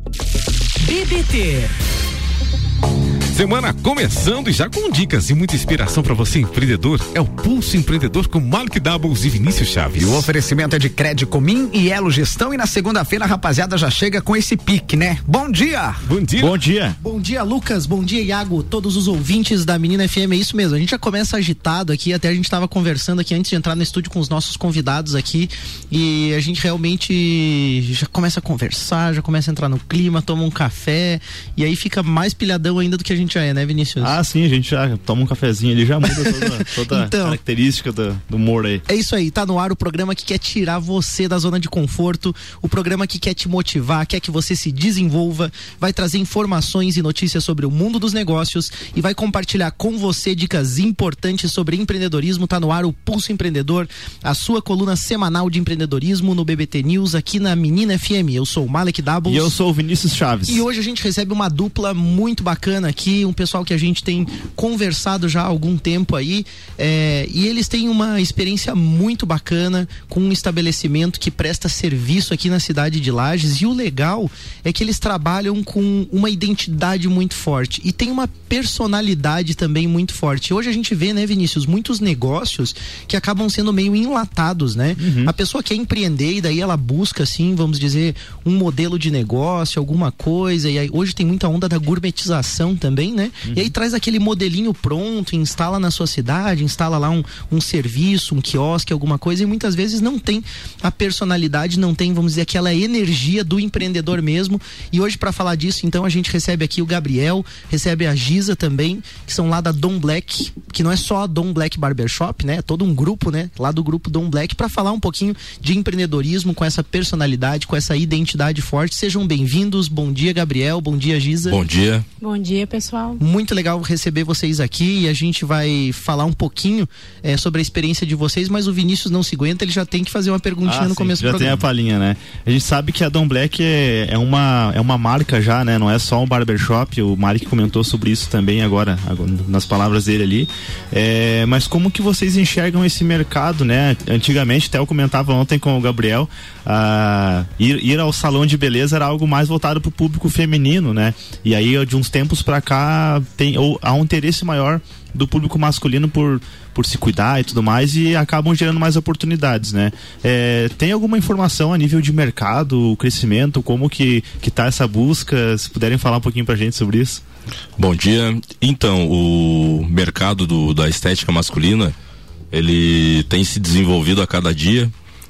BBT. Semana começando e já com dicas e muita inspiração para você, empreendedor. É o Pulso Empreendedor com Malik Doubles e Vinícius Chaves. E o oferecimento é de Credicomim e Elo Gestão. E na segunda-feira a rapaziada já chega com esse pique, né? Bom dia! Bom dia! Bom dia! Bom dia, Lucas. Bom dia, Iago. Todos os ouvintes da Menina FM. É isso mesmo. A gente já começa agitado aqui. Até a gente estava conversando aqui antes de entrar no estúdio com os nossos convidados aqui. E a gente realmente já começa a conversar, já começa a entrar no clima, toma um café. E aí fica mais pilhadão ainda do que a gente já é, né, Vinícius? Ah, sim, a gente já toma um cafezinho ali, já muda toda então, a característica do humor aí. É isso aí, tá no ar o programa que quer tirar você da zona de conforto, o programa que quer te motivar, quer que você se desenvolva, vai trazer informações e notícias sobre o mundo dos negócios e vai compartilhar com você dicas importantes sobre empreendedorismo. Tá no ar o Pulso Empreendedor, a sua coluna semanal de empreendedorismo no BBT News, aqui na Menina FM. Eu sou o Malik Doubles. E eu sou o Vinícius Chaves. E hoje a gente recebe uma dupla muito bacana aqui, um pessoal que a gente tem conversado já há algum tempo aí, e eles têm uma experiência muito bacana com um estabelecimento que presta serviço aqui na cidade de Lages, e o legal é que eles trabalham com uma identidade muito forte e tem uma personalidade também muito forte. Hoje a gente vê, né, Vinícius, muitos negócios que acabam sendo meio enlatados, né? Uhum. A pessoa quer empreender e daí ela busca, assim, vamos dizer, um modelo de negócio, alguma coisa, e aí hoje tem muita onda da gourmetização também, né? Uhum. E aí traz aquele modelinho pronto, instala na sua cidade, instala lá um serviço, um quiosque, alguma coisa, e muitas vezes não tem a personalidade, não tem, vamos dizer, aquela energia do empreendedor mesmo. E hoje, para falar disso, então, a gente recebe aqui o Gabriel, recebe a Giza também, que são lá da Dom Black, que não é só a Dom Black Barbershop, né? É todo um grupo, né? Lá do grupo Dom Black, para falar um pouquinho de empreendedorismo com essa personalidade, com essa identidade forte. Sejam bem-vindos. Bom dia, Gabriel. Bom dia, Giza. Bom dia. Bom dia, pessoal. Muito legal receber vocês aqui, e a gente vai falar um pouquinho sobre a experiência de vocês, mas o Vinícius não se aguenta, ele já tem que fazer uma perguntinha no começo do programa. Já tem a palhinha, né? A gente sabe que a Dom Black é uma marca já, né? Não é só um barbershop, o Malik comentou sobre isso também agora nas palavras dele ali, mas como que vocês enxergam esse mercado, né? Antigamente, até eu comentava ontem com o Gabriel, ir ao salão de beleza era algo mais voltado para o público feminino, né? E aí, de uns tempos para cá, há um interesse maior do público masculino por se cuidar e tudo mais, e acabam gerando mais oportunidades, né? Tem alguma informação a nível de mercado, o crescimento, como que tá essa busca? Se puderem falar um pouquinho pra gente sobre isso. Bom dia. Então, o mercado da estética masculina, ele tem se desenvolvido a cada dia,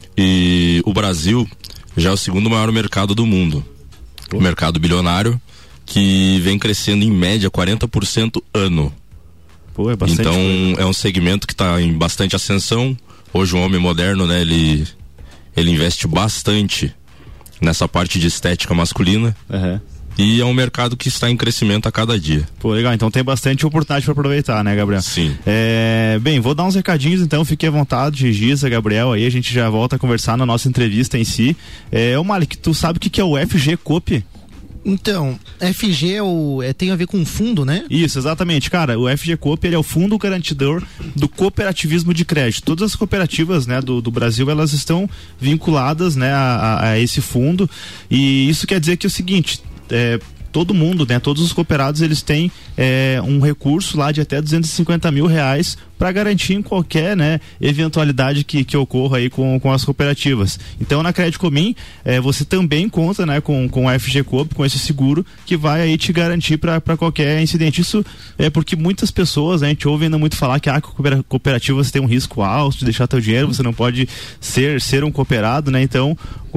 e o Brasil já é o segundo maior mercado do mundo. O mercado bilionário, que vem crescendo em média 40% ano. Pô, é bastante. Então é um segmento que está em bastante ascensão. Hoje o homem moderno, né, ele investe bastante nessa parte de estética masculina. Uhum. E é um mercado que está em crescimento a cada dia. Pô, legal, então tem bastante oportunidade para aproveitar, né, Gabriel? Sim. Bem, vou dar uns recadinhos, então fique à vontade, Giza, Gabriel, aí a gente já volta a conversar na nossa entrevista em si. Ô Malik, tu sabe o que é o FG Coop? Então, FG tem a ver com fundo, né? Isso, exatamente, cara. O FG Coop, ele é o fundo garantidor do cooperativismo de crédito. Todas as cooperativas, né, do Brasil, elas estão vinculadas, né, a esse fundo, e isso quer dizer que é o seguinte, todo mundo, né, todos os cooperados, eles têm um recurso lá de até R$250 mil para garantir em qualquer, né, eventualidade que ocorra aí com as cooperativas. Então, na Credicomim, você também conta, né, com a FG Coop, com esse seguro que vai aí te garantir para qualquer incidente. Isso é porque muitas pessoas, né, a gente ouve ainda muito falar que cooperativa você tem um risco alto de deixar teu dinheiro, você não pode ser um cooperado, né? Então,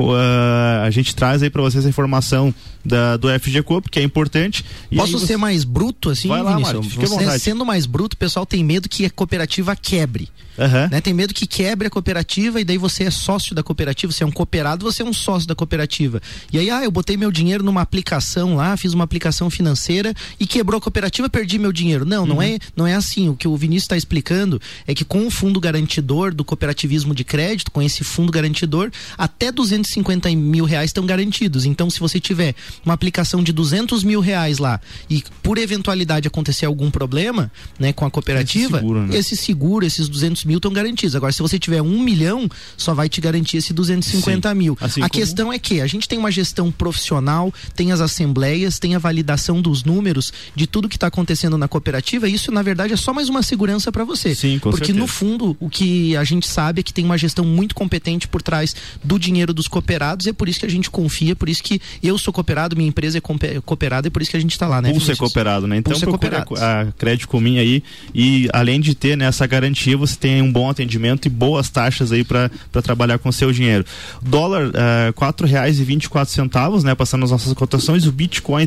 a gente traz aí para vocês a informação do FG Coop, que é importante. Posso ser mais bruto, assim, vai lá, Vinícius? Mário, você sendo mais bruto, o pessoal tem medo que a cooperativa quebre. Uhum. Né? Tem medo que quebre a cooperativa e daí você é sócio da cooperativa, você é um cooperado, você é um sócio da cooperativa. E aí, eu botei meu dinheiro numa aplicação lá, fiz uma aplicação financeira e quebrou a cooperativa, perdi meu dinheiro. Não, não é assim. O que o Vinícius está explicando é que com o fundo garantidor do cooperativismo de crédito, com esse fundo garantidor, até R$250 mil estão garantidos. Então, se você tiver uma aplicação de R$200 mil lá e por eventualidade acontecer algum problema, né, com a cooperativa, esse seguro, esses 200 mil estão garantidos. Agora, se você tiver 1 milhão, só vai te garantir esse 250 mil. Assim a questão é que a gente tem uma gestão profissional, tem as assembleias, tem a validação dos números de tudo que está acontecendo na cooperativa, e isso, na verdade, é só mais uma segurança para você. Sim, com porque, certeza. no fundo, o que a gente sabe é que tem uma gestão muito competente por trás do dinheiro dos cooperados, e é por isso que a gente confia, por isso que eu sou cooperado, minha empresa é cooperada, e por isso que a gente está lá, né? Pulso é cooperado, né? Então procura a Crédito Comim aí, e além de ter, né, essa garantia, você tem um bom atendimento e boas taxas aí para trabalhar com o seu dinheiro. Dólar, R$4,24, né? Passando as nossas cotações, o Bitcoin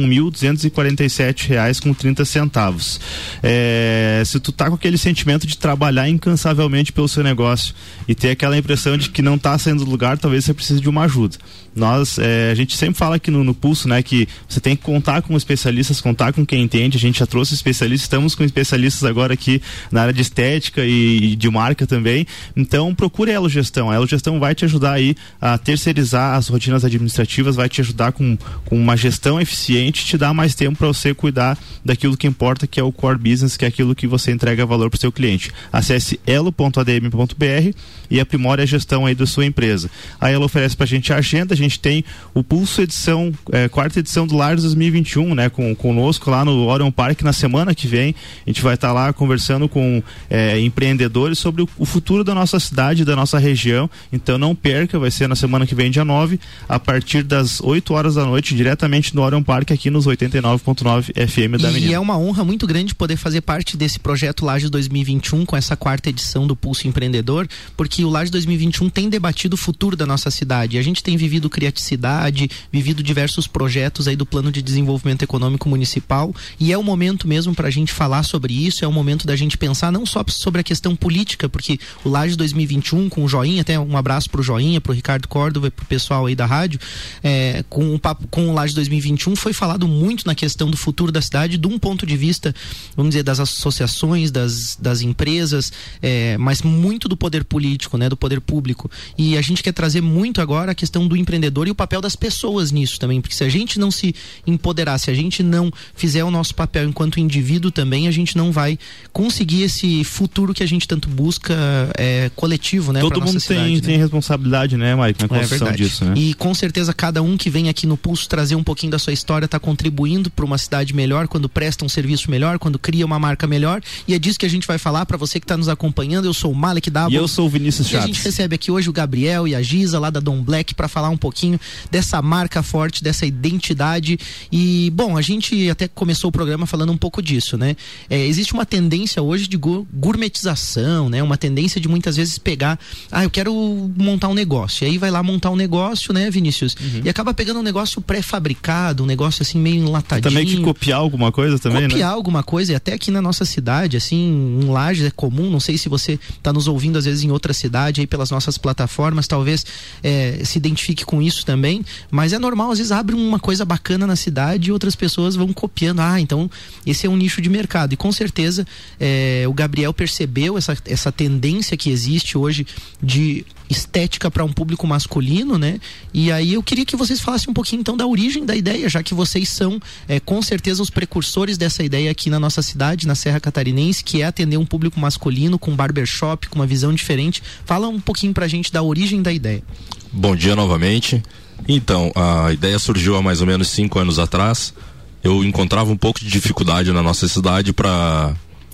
R$31.247,30. Se tu tá com aquele sentimento de trabalhar incansavelmente pelo seu negócio e ter aquela impressão de que não tá saindo do lugar, talvez você precise de uma ajuda. A gente sempre fala aqui no Pulso, né, que você tem que contar com especialistas, contar com quem entende. A gente já trouxe especialistas, estamos com especialistas agora aqui na área de estética e de marca também. Então procure a Elo Gestão. A Elo Gestão vai te ajudar aí a terceirizar as rotinas administrativas, vai te ajudar com uma gestão eficiente, te dar mais tempo para você cuidar daquilo que importa, que é o core business, que é aquilo que você entrega valor para o seu cliente. Acesse elo.adm.br e aprimore a gestão aí da sua empresa. A Elo oferece pra gente a agenda, a gente tem o Pulso edição, quarta edição do Lages 2021, né, conosco lá no Orion Park na semana que vem. A gente vai estar lá conversando com empreendedores sobre o futuro da nossa cidade, da nossa região. Então não perca, vai ser na semana que vem, dia 9, a partir das 8 horas da noite, diretamente no Orion Park, aqui nos 89.9 FM da Menina. E é uma honra muito grande poder fazer parte desse projeto Lages 2021 com essa quarta edição do Pulso Empreendedor, porque o Lages 2021 tem debatido o futuro da nossa cidade. A gente tem vivido criaticidade, vivido diversos projetos aí do Plano de Desenvolvimento Econômico Municipal, e é o momento mesmo para a gente falar sobre isso, é o momento da gente pensar não só sobre a questão política, porque o Lages 2021 com o Joinha, até um abraço pro Joinha, pro Ricardo Córdova e pro pessoal aí da rádio, com o Lages 2021 foi falado muito na questão do futuro da cidade, de um ponto de vista, vamos dizer, das associações, das empresas, mas muito do poder político, né, do poder público. E a gente quer trazer muito agora a questão do empreendedor e o papel das pessoas nisso também, porque se a gente não se empoderar, se a gente não fizer o nosso papel enquanto indivíduo também, a gente não vai conseguir esse futuro que a gente tanto busca coletivo, né? Todo mundo tem responsabilidade, né, Mike, na construção disso, né? E com certeza cada um que vem aqui no Pulso trazer um pouquinho da sua história está contribuindo para uma cidade melhor, quando presta um serviço melhor, quando cria uma marca melhor, e é disso que a gente vai falar para você que está nos acompanhando. Eu sou o Malek Doubles. E eu sou o Vinícius Chaves. E a gente recebe aqui hoje o Gabriel e a Giza lá da Dom Black para falar um pouquinho dessa marca forte, dessa identidade. E, bom, a gente até começou o programa falando um pouco disso, né? Existe uma tendência hoje de gourmetização, né? Uma tendência de muitas vezes pegar, eu quero montar um negócio, e aí vai lá montar um negócio, né, Vinícius? E acaba pegando um negócio pré-fabricado, um negócio assim meio enlatadinho. Também que copiar alguma coisa também, né? Copiar alguma coisa, e até aqui na nossa cidade, assim, em Lages é comum, não sei se você está nos ouvindo às vezes em outra cidade, aí pelas nossas plataformas, talvez se identifique com isso também, mas é normal, às vezes abre uma coisa bacana na cidade e outras pessoas vão copiando, então esse é um nicho de mercado, e com certeza o Gabriel percebeu essa tendência que existe hoje de estética para um público masculino, né? E aí eu queria que vocês falassem um pouquinho então da origem da ideia, já que vocês são com certeza os precursores dessa ideia aqui na nossa cidade, na Serra Catarinense, que é atender um público masculino com barbershop, com uma visão diferente. Fala um pouquinho pra gente da origem da ideia. Bom dia novamente. Então, a ideia surgiu há mais ou menos 5 anos atrás. Eu encontrava um pouco de dificuldade na nossa cidade para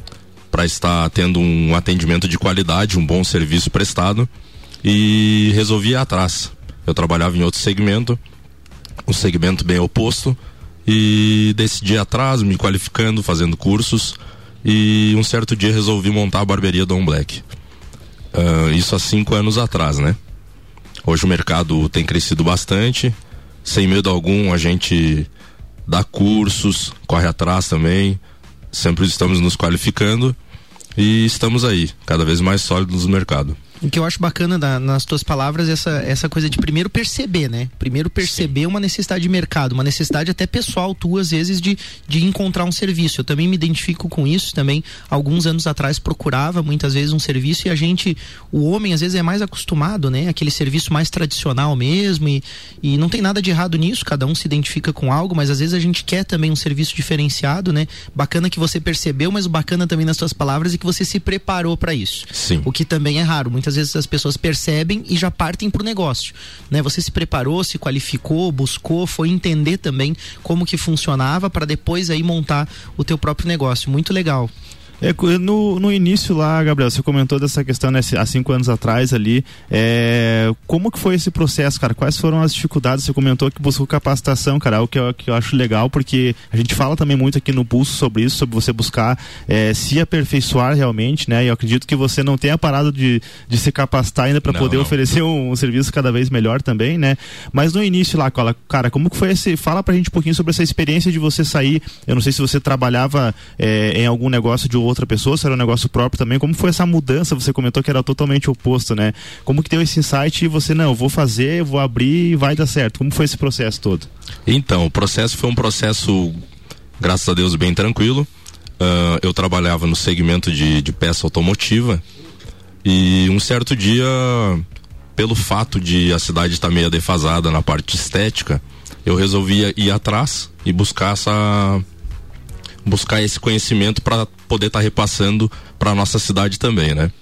estar tendo um atendimento de qualidade, um bom serviço prestado, e resolvi ir atrás. Eu trabalhava em outro segmento, um segmento bem oposto, e decidi ir atrás, me qualificando, fazendo cursos, e um certo dia resolvi montar a barbearia Dom Black. Isso há 5 anos atrás, né? Hoje o mercado tem crescido bastante, sem medo algum a gente dá cursos, corre atrás também, sempre estamos nos qualificando e estamos aí, cada vez mais sólidos no mercado. O que eu acho bacana nas tuas palavras, essa coisa de primeiro perceber, né? Primeiro perceber uma necessidade de mercado, uma necessidade até pessoal tua, às vezes, de encontrar um serviço. Eu também me identifico com isso também. Alguns anos atrás procurava muitas vezes um serviço e o homem às vezes é mais acostumado, né? Aquele serviço mais tradicional mesmo e não tem nada de errado nisso, cada um se identifica com algo, mas às vezes a gente quer também um serviço diferenciado, né? Bacana que você percebeu, mas o bacana também nas suas palavras é que você se preparou para isso. Sim. O que também é raro. Muitas vezes as pessoas percebem e já partem pro negócio, né? Você se preparou, se qualificou, buscou, foi entender também como que funcionava para depois aí montar o teu próprio negócio. Muito legal. No início lá, Gabriel, você comentou dessa questão, né, há 5 anos atrás ali, como que foi esse processo, cara? Quais foram as dificuldades? Você comentou que buscou capacitação, cara, o que eu acho legal, porque a gente fala também muito aqui no Pulso sobre isso, sobre você buscar se aperfeiçoar realmente, né? E eu acredito que você não tenha parado de se capacitar ainda para poder oferecer um serviço cada vez melhor também, né? Mas no início lá, cara, como que foi fala pra gente um pouquinho sobre essa experiência de você sair, eu não sei se você trabalhava em algum negócio de outra pessoa, se era um negócio próprio também, como foi essa mudança? Você comentou que era totalmente oposto, né? Como que deu esse insight e você, não, eu vou fazer, eu vou abrir e vai dar certo? Como foi esse processo todo? Então, o processo foi um processo, graças a Deus, bem tranquilo. Eu trabalhava no segmento de peça automotiva e um certo dia, pelo fato de a cidade estar meio defasada na parte estética, eu resolvi ir atrás e buscar esse conhecimento para poder estar repassando para a nossa cidade também, né?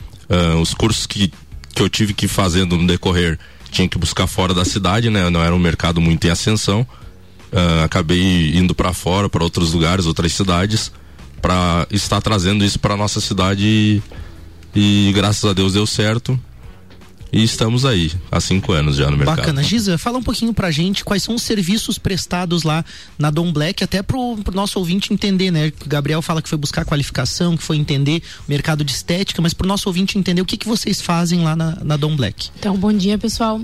Os cursos que eu tive que fazer no decorrer, tinha que buscar fora da cidade, né? Não era um mercado muito em ascensão. Acabei indo para fora, para outros lugares, outras cidades, para estar trazendo isso para nossa cidade e graças a Deus deu certo. E estamos aí, há 5 anos já no mercado. Bacana. Giza, fala um pouquinho pra gente quais são os serviços prestados lá na Dom Black, até pro nosso ouvinte entender, né? O Gabriel fala que foi buscar qualificação, que foi entender o mercado de estética, mas pro nosso ouvinte entender o que vocês fazem lá na Dom Black. Então, bom dia, pessoal.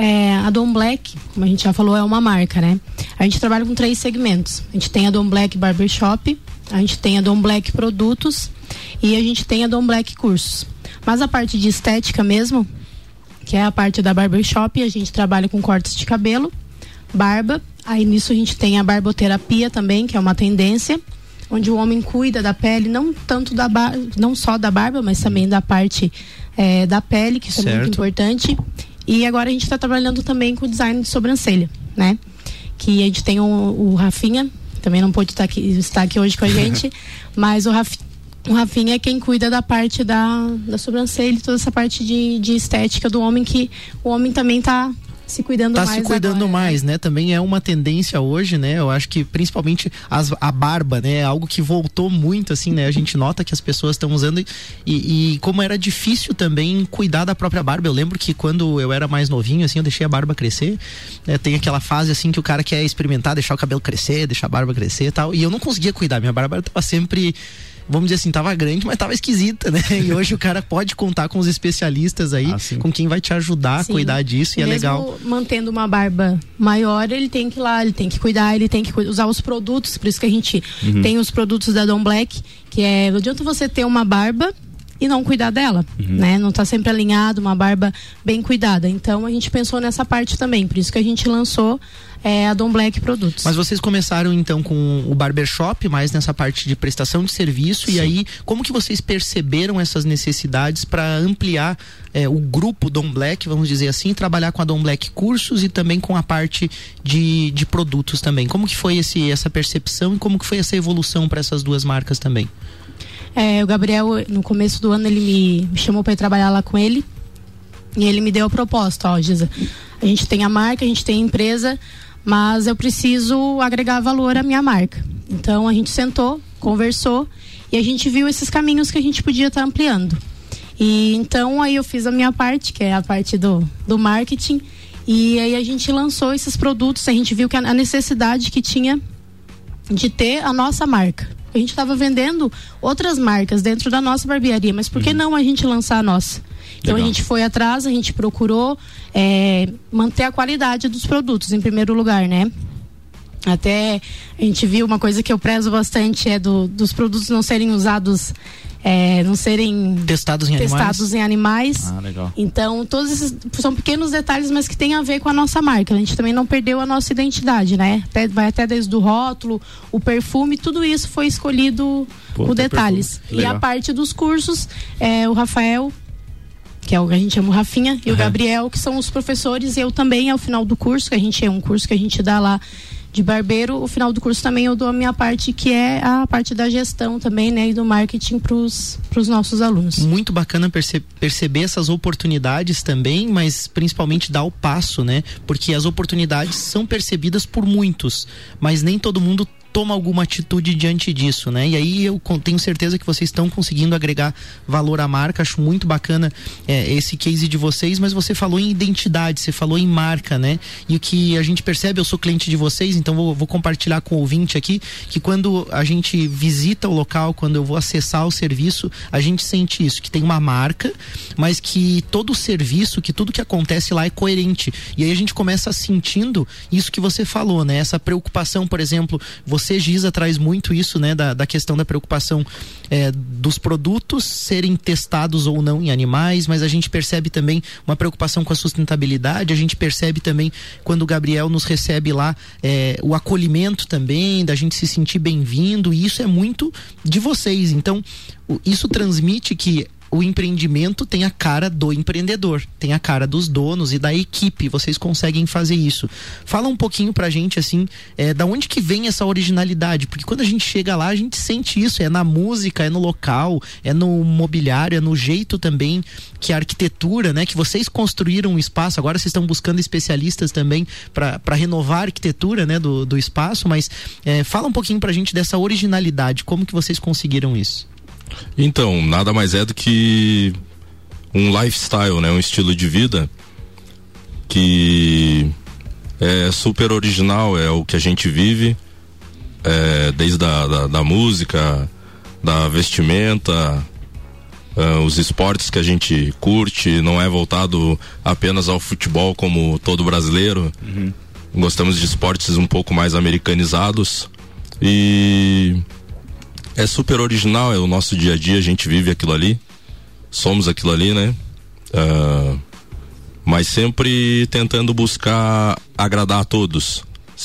A Dom Black, como a gente já falou, é uma marca, né? A gente trabalha com 3 segmentos. A gente tem a Dom Black Barbershop, a gente tem a Dom Black Produtos e a gente tem a Dom Black Cursos. Mas a parte de estética mesmo, que é a parte da barbershop, a gente trabalha com cortes de cabelo, barba, aí nisso a gente tem a barboterapia também, que é uma tendência, onde o homem cuida da pele, não tanto não só da barba, mas também da parte da pele, que isso é muito importante. E agora a gente está trabalhando também com o design de sobrancelha, né? Que a gente tem o Rafinha, também não pôde estar aqui hoje com a gente, mas o Rafinha é quem cuida da parte da sobrancelha e toda essa parte de estética do homem, que o homem também tá se cuidando mais. Tá se cuidando agora, mais, né? Também é uma tendência hoje, né? Eu acho que principalmente a barba, né? É algo que voltou muito, assim, né? A gente nota que as pessoas estão usando e como era difícil também cuidar da própria barba. Eu lembro que quando eu era mais novinho, assim, eu deixei a barba crescer, né? Tem aquela fase, assim, que o cara quer experimentar, deixar o cabelo crescer, deixar a barba crescer e tal, e eu não conseguia cuidar. Minha barba tava sempre, vamos dizer assim, tava grande, mas tava esquisita, né? E hoje o cara pode contar com os especialistas aí, com quem vai te ajudar a cuidar disso, e é legal. Mantendo uma barba maior, ele tem que ir lá, ele tem que cuidar, ele tem que usar os produtos, por isso que a gente tem os produtos da Dom Black, que não adianta você ter uma barba e não cuidar dela, né? Não tá sempre alinhado, uma barba bem cuidada. Então a gente pensou nessa parte também, por isso que a gente lançou a Dom Black Produtos. Mas vocês começaram então com o barbershop, mais nessa parte de prestação de serviço. Sim. E aí, como que vocês perceberam essas necessidades para ampliar o grupo Dom Black, vamos dizer assim, trabalhar com a Dom Black Cursos e também com a parte de produtos também? Como que foi essa percepção e como que foi essa evolução para essas duas marcas também? O Gabriel, no começo do ano, ele me chamou para ir trabalhar lá com ele e ele me deu a proposta, Giza, a gente tem a marca, a gente tem a empresa, mas eu preciso agregar valor à minha marca. Então a gente sentou, conversou e a gente viu esses caminhos que a gente podia estar ampliando. E então aí eu fiz a minha parte, que é a parte do marketing, e aí a gente lançou esses produtos. A gente viu que a necessidade que tinha de ter a nossa marca. A gente estava vendendo outras marcas dentro da nossa barbearia, mas por que não a gente lançar a nossa? Então a gente foi atrás, a gente procurou manter a qualidade dos produtos em primeiro lugar, né? Até a gente viu uma coisa que eu prezo bastante, dos produtos não serem usados, não serem testados em animais. Ah, legal. Então, todos esses são pequenos detalhes, mas que tem a ver com a nossa marca. A gente também não perdeu a nossa identidade, né? Vai até desde o rótulo, o perfume, tudo isso foi escolhido com detalhes. E a parte dos cursos, o Rafael, que é o que a gente chama o Rafinha, e o Gabriel, que são os professores, e eu também, ao final do curso, que a gente é um curso que a gente dá lá de barbeiro, o final do curso também eu dou a minha parte, que é a parte da gestão também, né, e do marketing pros nossos alunos. Muito bacana perceber essas oportunidades também, mas principalmente dar o passo, né, porque as oportunidades são percebidas por muitos, mas nem todo mundo toma alguma atitude diante disso, né? E aí eu tenho certeza que vocês estão conseguindo agregar valor à marca. Acho muito bacana esse case de vocês, mas você falou em identidade, você falou em marca, né? E o que a gente percebe, eu sou cliente de vocês, então vou compartilhar com o ouvinte aqui, que quando a gente visita o local, quando eu vou acessar o serviço, a gente sente isso, que tem uma marca, mas que todo o serviço, que tudo que acontece lá é coerente. E aí a gente começa sentindo isso que você falou, né? Essa preocupação, por exemplo, você, Giza, traz muito isso, né, da questão da preocupação dos produtos serem testados ou não em animais, mas a gente percebe também uma preocupação com a sustentabilidade. A gente percebe também quando o Gabriel nos recebe lá o acolhimento também, da gente se sentir bem-vindo, e isso é muito de vocês. Então, isso transmite que o empreendimento tem a cara do empreendedor, tem a cara dos donos e da equipe. Vocês conseguem fazer isso. Fala um pouquinho pra gente, assim, da onde que vem essa originalidade, porque quando a gente chega lá, a gente sente isso, é na música, é no local, é no mobiliário, é no jeito também que a arquitetura, né, que vocês construíram um espaço. Agora vocês estão buscando especialistas também para renovar a arquitetura, né, do espaço, mas fala um pouquinho pra gente dessa originalidade, como que vocês conseguiram isso? Então, nada mais é do que um lifestyle, né? Um estilo de vida que é super original, é o que a gente vive, desde da música, da vestimenta, os esportes que a gente curte, não é voltado apenas ao futebol como todo brasileiro. Gostamos de esportes um pouco mais americanizados e é super original, é o nosso dia a dia, a gente vive aquilo ali, somos aquilo ali, né? Mas sempre tentando buscar agradar a todos,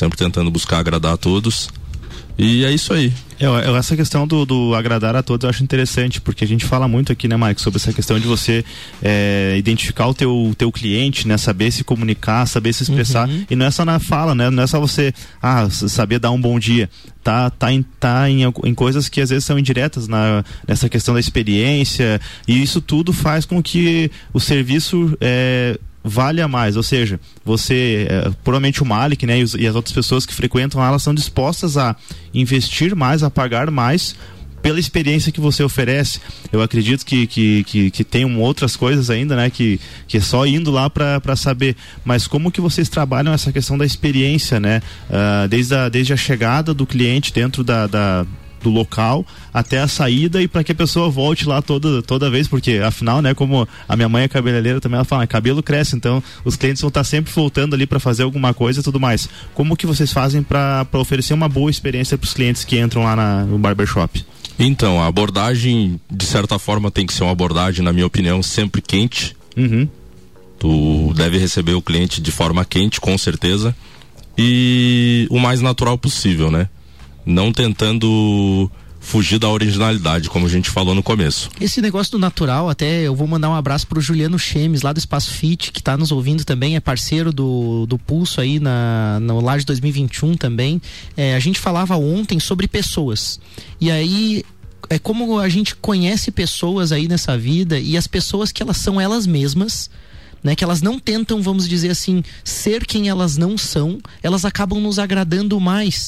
e é isso aí. Essa questão do agradar a todos eu acho interessante, porque a gente fala muito aqui, né, Mike, sobre essa questão de você identificar o teu cliente, né, saber se comunicar, saber se expressar, e não é só na fala, né, não é só você saber dar um bom dia, tá em coisas que às vezes são indiretas nessa questão da experiência, e isso tudo faz com que o serviço valha mais, ou seja, você, provavelmente o Malik, né, e as outras pessoas que frequentam lá, elas são dispostas a investir mais, a pagar mais pela experiência que você oferece. Eu acredito que tem outras coisas ainda, né, que é só indo lá para saber, mas como que vocês trabalham essa questão da experiência, né, desde a chegada do cliente dentro do local até a saída, e para que a pessoa volte lá toda vez, porque afinal, né, como a minha mãe é cabeleireira também, ela fala, cabelo cresce, então os clientes vão estar sempre voltando ali para fazer alguma coisa e tudo mais. Como que vocês fazem para oferecer uma boa experiência para os clientes que entram lá no barbershop? Então, a abordagem, de certa forma, tem que ser uma abordagem, na minha opinião, sempre quente. Tu deve receber o cliente de forma quente, com certeza, e o mais natural possível, né? Não tentando fugir da originalidade, como a gente falou no começo. Esse negócio do natural, até eu vou mandar um abraço pro Juliano Chemes, lá do Espaço Fit, que tá nos ouvindo também, é parceiro do Pulso aí no Laje 2021 também. A gente falava ontem sobre pessoas, e aí é como a gente conhece pessoas aí nessa vida, e as pessoas que elas são elas mesmas, né, que elas não tentam, vamos dizer assim, ser quem elas não são, elas acabam nos agradando mais.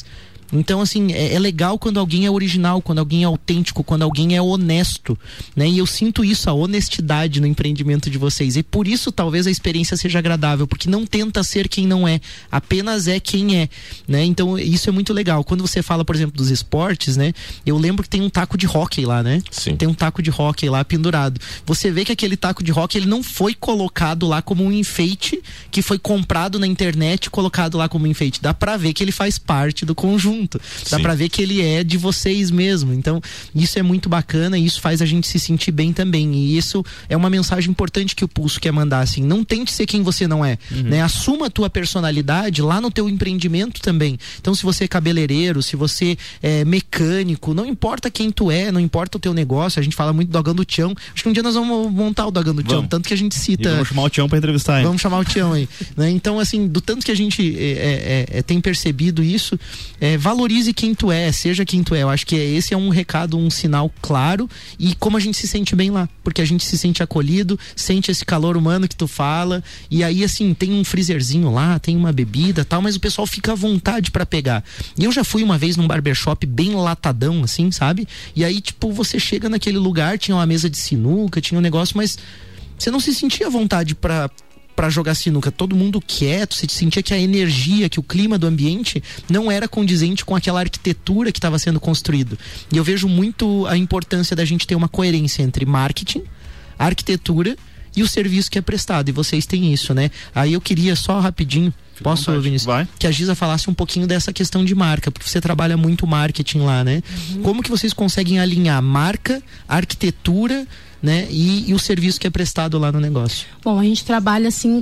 Então, assim, é legal quando alguém é original, quando alguém é autêntico, quando alguém é honesto, né? E eu sinto isso, a honestidade no empreendimento de vocês. E por isso talvez a experiência seja agradável, porque não tenta ser quem não é, apenas é quem é, né? Então, isso é muito legal. Quando você fala, por exemplo, dos esportes, né? Eu lembro que tem um taco de hóquei lá, né? Sim. Tem um taco de hóquei lá pendurado. Você vê que aquele taco de hóquei, ele não foi colocado lá como um enfeite que foi comprado na internet e colocado lá como um enfeite. Dá pra ver que ele faz parte do conjunto. Dá Sim. pra ver que ele é de vocês mesmo. Então, isso é muito bacana e isso faz a gente se sentir bem também. E isso é uma mensagem importante que o Pulso quer mandar, assim. Não tente ser quem você não é, né? Assuma a tua personalidade lá no teu empreendimento também. Então, se você é cabeleireiro, se você é mecânico, não importa quem tu é, não importa o teu negócio. A gente fala muito do Dogão do Tião. Acho que um dia nós vamos montar o Dogão do Tião, tanto que a gente cita. E vamos chamar o Tião pra entrevistar, hein? Vamos chamar o Tião aí, né? Então, assim, do tanto que a gente tem percebido isso, valorize quem tu é, seja quem tu é. Eu acho que esse é um recado, um sinal claro, e como a gente se sente bem lá, porque a gente se sente acolhido, sente esse calor humano que tu fala, e aí, assim, tem um freezerzinho lá, tem uma bebida e tal, mas o pessoal fica à vontade pra pegar. E eu já fui uma vez num barbershop bem latadão, assim, sabe? E aí, tipo, você chega naquele lugar, tinha uma mesa de sinuca, tinha um negócio, mas você não se sentia à vontade pra jogar sinuca, todo mundo quieto, você sentia que a energia, que o clima do ambiente não era condizente com aquela arquitetura que estava sendo construído. E eu vejo muito a importância da gente ter uma coerência entre marketing, arquitetura e o serviço que é prestado, e vocês têm isso, né? Aí eu queria só rapidinho, posso, Vinícius? Vai. Que a Giza falasse um pouquinho dessa questão de marca, porque você trabalha muito marketing lá, né? Como que vocês conseguem alinhar marca, arquitetura, né? E o serviço que é prestado lá no negócio? Bom, a gente trabalha assim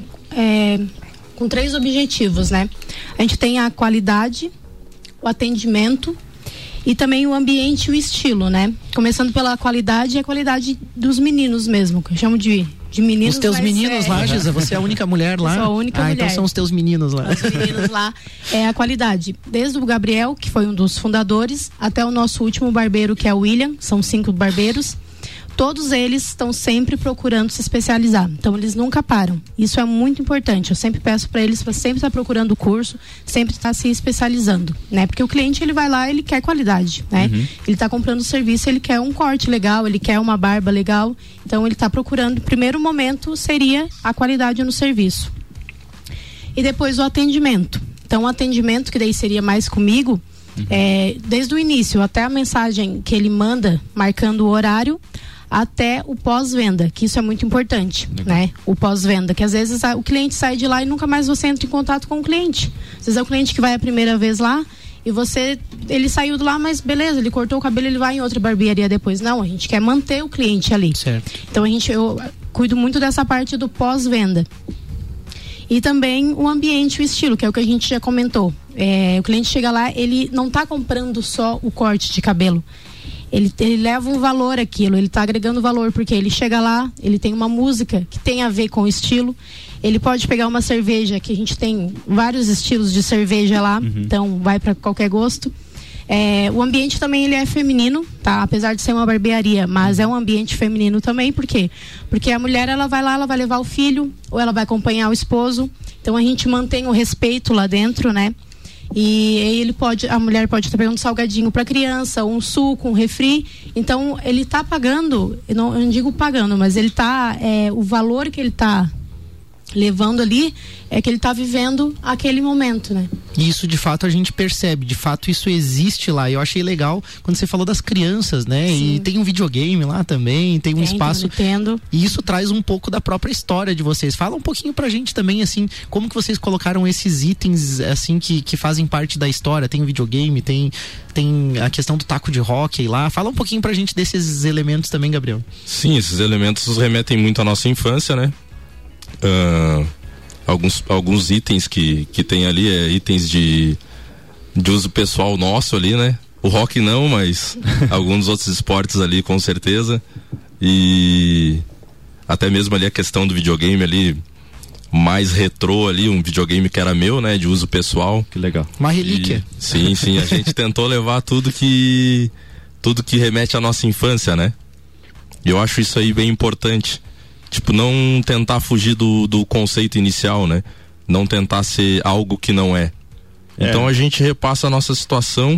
com 3 objetivos, né? A gente tem a qualidade, o atendimento e também o ambiente e o estilo, né? Começando pela qualidade, a qualidade dos meninos mesmo, que eu chamo de meninos. Os teus meninos lá, Giza, você é a única mulher lá? Eu sou a única mulher. Então são os teus meninos lá. Os meninos lá, é a qualidade. Desde o Gabriel, que foi um dos fundadores, até o nosso último barbeiro, que é o William, são 5 barbeiros. Todos eles estão sempre procurando se especializar, então eles nunca param. Isso é muito importante. Eu sempre peço para eles para sempre estar procurando o curso, sempre estar se especializando, né? Porque o cliente, ele vai lá, ele quer qualidade, né? Ele está comprando o serviço, ele quer um corte legal, ele quer uma barba legal, então ele está procurando. O primeiro momento seria a qualidade no serviço e depois o atendimento. Então o atendimento, que daí seria mais comigo, desde o início até a mensagem que ele manda marcando o horário, até o pós-venda, que isso é muito importante, né? O pós-venda, que às vezes o cliente sai de lá e nunca mais você entra em contato com o cliente. Às vezes é o cliente que vai a primeira vez lá e ele saiu de lá, mas beleza, ele cortou o cabelo, ele vai em outra barbearia depois. Não, a gente quer manter o cliente ali. Certo. Então eu cuido muito dessa parte do pós-venda. E também o ambiente, o estilo, que é o que a gente já comentou. O cliente chega lá, ele não está comprando só o corte de cabelo. Ele leva um valor àquilo, ele está agregando valor, porque ele chega lá, ele tem uma música que tem a ver com o estilo, ele pode pegar uma cerveja, que a gente tem vários estilos de cerveja lá, então vai para qualquer gosto. O ambiente também, ele é feminino, tá? Apesar de ser uma barbearia, mas é um ambiente feminino também. Por quê? Porque a mulher, ela vai lá, ela vai levar o filho, ou ela vai acompanhar o esposo, então a gente mantém o respeito lá dentro, né? E a mulher pode estar pegando um salgadinho para criança, um suco, um refri. Então ele está pagando, eu não digo pagando, mas ele está, o valor que ele está levando ali é que ele está vivendo aquele momento, né? E isso de fato a gente percebe, de fato isso existe lá. Eu achei legal quando você falou das crianças, né? Sim. E tem um videogame lá também, tem um espaço. Nintendo. E isso traz um pouco da própria história de vocês. Fala um pouquinho pra gente também, assim, como que vocês colocaram esses itens, assim, que fazem parte da história. Tem o videogame, tem a questão do taco de hóquei lá. Fala um pouquinho pra gente desses elementos também, Gabriel. Sim, esses elementos remetem muito à nossa infância, né? Alguns itens que tem ali itens de uso pessoal nosso ali, né? O rock não, mas alguns outros esportes ali com certeza. E até mesmo ali a questão do videogame ali mais retrô ali, um videogame que era meu, né? De uso pessoal. Que legal. Uma relíquia. Sim, a gente tentou levar tudo que remete à nossa infância, né? E eu acho isso aí bem importante. Tipo, não tentar fugir do conceito inicial, né? Não tentar ser algo que não é. Então a gente repassa a nossa situação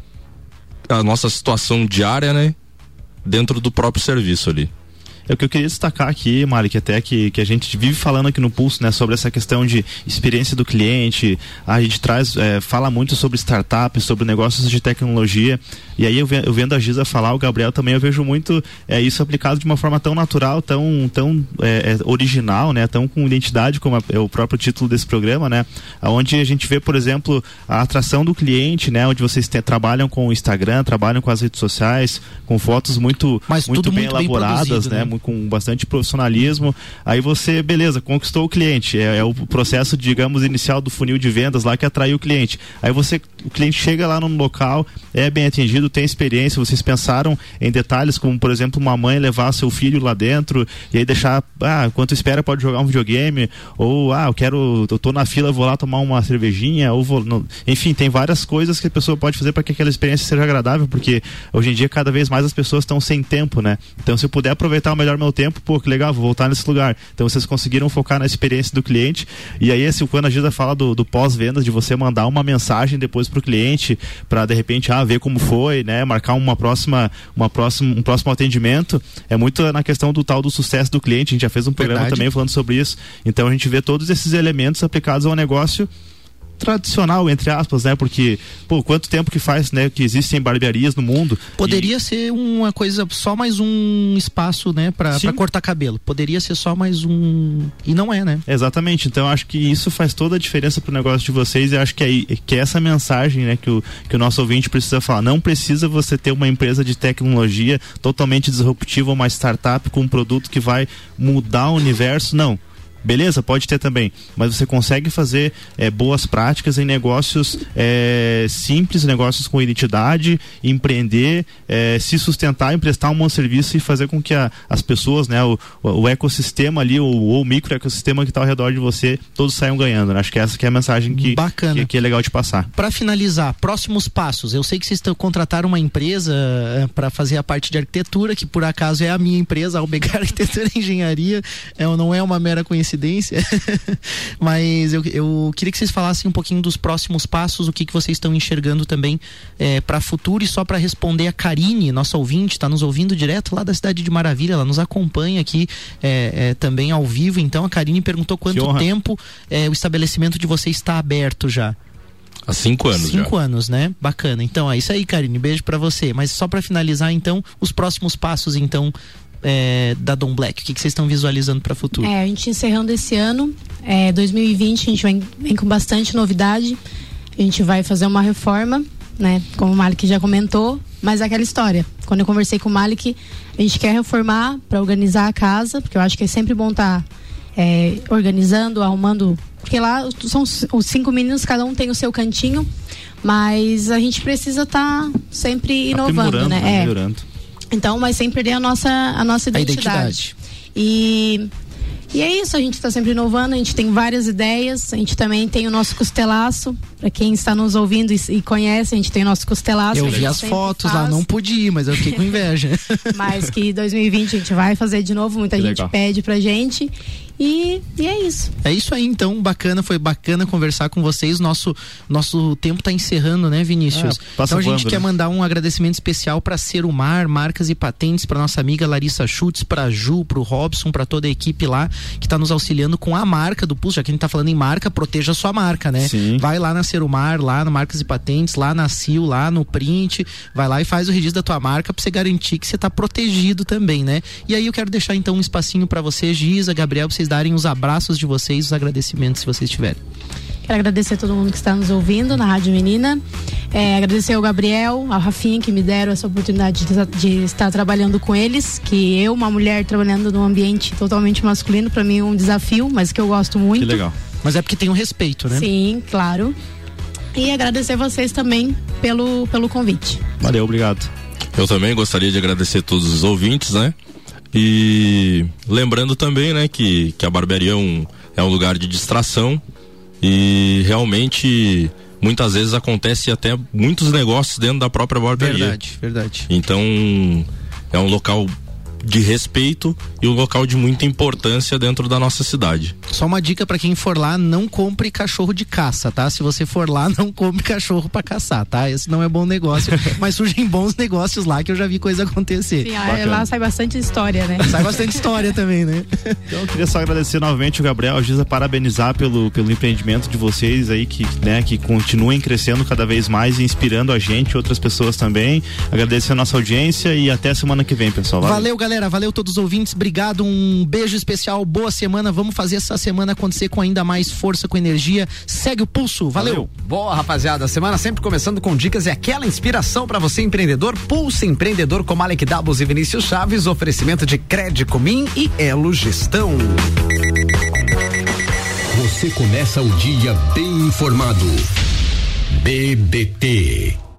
diária, né? Dentro do próprio serviço ali. O que eu queria destacar aqui, Malik, até que a gente vive falando aqui no Pulso, né, sobre essa questão de experiência do cliente. A gente fala muito sobre startups, sobre negócios de tecnologia, e aí eu vendo a Giza falar, o Gabriel também, eu vejo muito isso aplicado de uma forma tão natural, tão original, né, tão com identidade, como é o próprio título desse programa, né, onde a gente vê, por exemplo, a atração do cliente, né, onde vocês trabalham com o Instagram, trabalham com as redes sociais, com fotos muito bem elaboradas, né, com bastante profissionalismo. Aí você, beleza, conquistou o cliente, é o processo, digamos, inicial do funil de vendas lá que atraiu o cliente. Aí o cliente chega lá no local, é bem atendido, tem experiência, vocês pensaram em detalhes como, por exemplo, uma mãe levar seu filho lá dentro e aí deixar, enquanto espera pode jogar um videogame, ou eu tô na fila, vou lá tomar uma cervejinha, ou enfim, tem várias coisas que a pessoa pode fazer para que aquela experiência seja agradável, porque hoje em dia cada vez mais as pessoas estão sem tempo, né? Então, se eu puder aproveitar melhor meu tempo, que legal, vou voltar nesse lugar. Então vocês conseguiram focar na experiência do cliente, e aí quando a Giza fala do pós-vendas, de você mandar uma mensagem depois pro cliente, para de repente, ver como foi, né, marcar um próximo atendimento, é muito na questão do tal do sucesso do cliente. A gente já fez um programa também falando sobre isso, então a gente vê todos esses elementos aplicados ao negócio tradicional, entre aspas, né? Porque, quanto tempo que faz, né? Que existem barbearias no mundo. Poderia ser uma coisa, só mais um espaço, né? Pra cortar cabelo. Poderia ser só mais um... E não é, né? Exatamente. Então, acho que isso faz toda a diferença pro negócio de vocês, e acho que é essa mensagem, né? Que o nosso ouvinte precisa falar. Não precisa você ter uma empresa de tecnologia totalmente disruptiva, uma startup com um produto que vai mudar o universo. Não. Beleza, pode ter também, mas você consegue fazer boas práticas em negócios simples, negócios com identidade, empreender, se sustentar, emprestar um bom serviço e fazer com que as pessoas, né, o ecossistema ali, o microecossistema que está ao redor de você, todos saiam ganhando, né? Acho que essa que é a mensagem que é legal de passar. Para finalizar, próximos passos. Eu sei que vocês contrataram uma empresa para fazer a parte de arquitetura, que por acaso é a minha empresa, a Albegar Arquitetura e Engenharia, não é uma mera coincidência, mas eu queria que vocês falassem um pouquinho dos próximos passos, o que vocês estão enxergando também para futuro. E só para responder a Karine, nossa ouvinte, está nos ouvindo direto lá da Cidade de Maravilha, ela nos acompanha aqui também ao vivo. Então a Karine perguntou quanto tempo o estabelecimento de vocês está aberto já. Há 5 anos 5 anos, né? Bacana. Então é isso aí, Karine, beijo para você. Mas só para finalizar, então, os próximos passos, então, da Dom Black, o que vocês estão visualizando para o futuro? A gente encerrando esse ano, 2020, a gente vem com bastante novidade. A gente vai fazer uma reforma, né? Como o Malik já comentou, mas é aquela história. Quando eu conversei com o Malik, a gente quer reformar para organizar a casa, porque eu acho que é sempre bom estar organizando, arrumando, porque lá são os 5 meninos, cada um tem o seu cantinho, mas a gente precisa estar sempre inovando, né? Melhorando. Então, mas sem perder a nossa identidade. E é isso, a gente está sempre inovando, a gente tem várias ideias, a gente também tem o nosso costelaço, para quem está nos ouvindo e conhece, a gente tem o nosso costelaço. Eu vi as fotos lá, não pude ir, mas eu fiquei com inveja. Mas que 2020 a gente vai fazer de novo, muita gente pede pra gente. E é isso. É isso aí, então, foi bacana conversar com vocês. Nosso tempo tá encerrando, né, Vinícius? Então a gente quer mandar um agradecimento especial para Serumar, Marcas e Patentes, para nossa amiga Larissa Schutz, pra Ju, pro Robson, para toda a equipe lá que tá nos auxiliando com a marca do Pulso. Já que a gente tá falando em marca, proteja a sua marca, né? Sim. Vai lá na Serumar, lá no Marcas e Patentes, lá na Sil, lá no Print, vai lá e faz o registro da tua marca pra você garantir que você tá protegido também, né? E aí eu quero deixar então um espacinho para vocês, Giza, Gabriel, pra vocês darem os abraços de vocês, os agradecimentos, se vocês tiverem. Quero agradecer a todo mundo que está nos ouvindo na Rádio Menina, agradecer ao Gabriel, ao Rafinha, que me deram essa oportunidade de estar trabalhando com eles, que eu, uma mulher trabalhando num ambiente totalmente masculino, para mim é um desafio, mas que eu gosto muito. Que legal. Mas é porque tem um respeito, né? Sim, claro. E agradecer vocês também pelo convite. Valeu, obrigado. Eu também gostaria de agradecer todos os ouvintes, né? E lembrando também, né, que a barbearia é um lugar de distração e realmente muitas vezes acontece até muitos negócios dentro da própria barbearia. Verdade. Então é um local de respeito e um local de muita importância dentro da nossa cidade. Só uma dica para quem for lá, não compre cachorro de caça, tá? Se você for lá, não compre cachorro para caçar, tá? Esse não é bom negócio, mas surgem bons negócios lá que eu já vi coisa acontecer. Sim, lá sai bastante história, né? Sai bastante história também, né? Então eu queria só agradecer novamente o Gabriel, a Giza, parabenizar pelo empreendimento de vocês aí, que continuem crescendo cada vez mais e inspirando a gente, outras pessoas também. Agradecer a nossa audiência e até semana que vem, pessoal. Valeu, galera. Valeu todos os ouvintes. Obrigado. Um beijo especial. Boa semana. Vamos fazer essa semana acontecer com ainda mais força, com energia. Segue o pulso. Valeu. Boa, rapaziada. Semana sempre começando com dicas e aquela inspiração para você, empreendedor. Pulso Empreendedor com Malek Doubles e Vinícius Chaves. Oferecimento de Cred Comim e Elo Gestão. Você começa o dia bem informado. BBT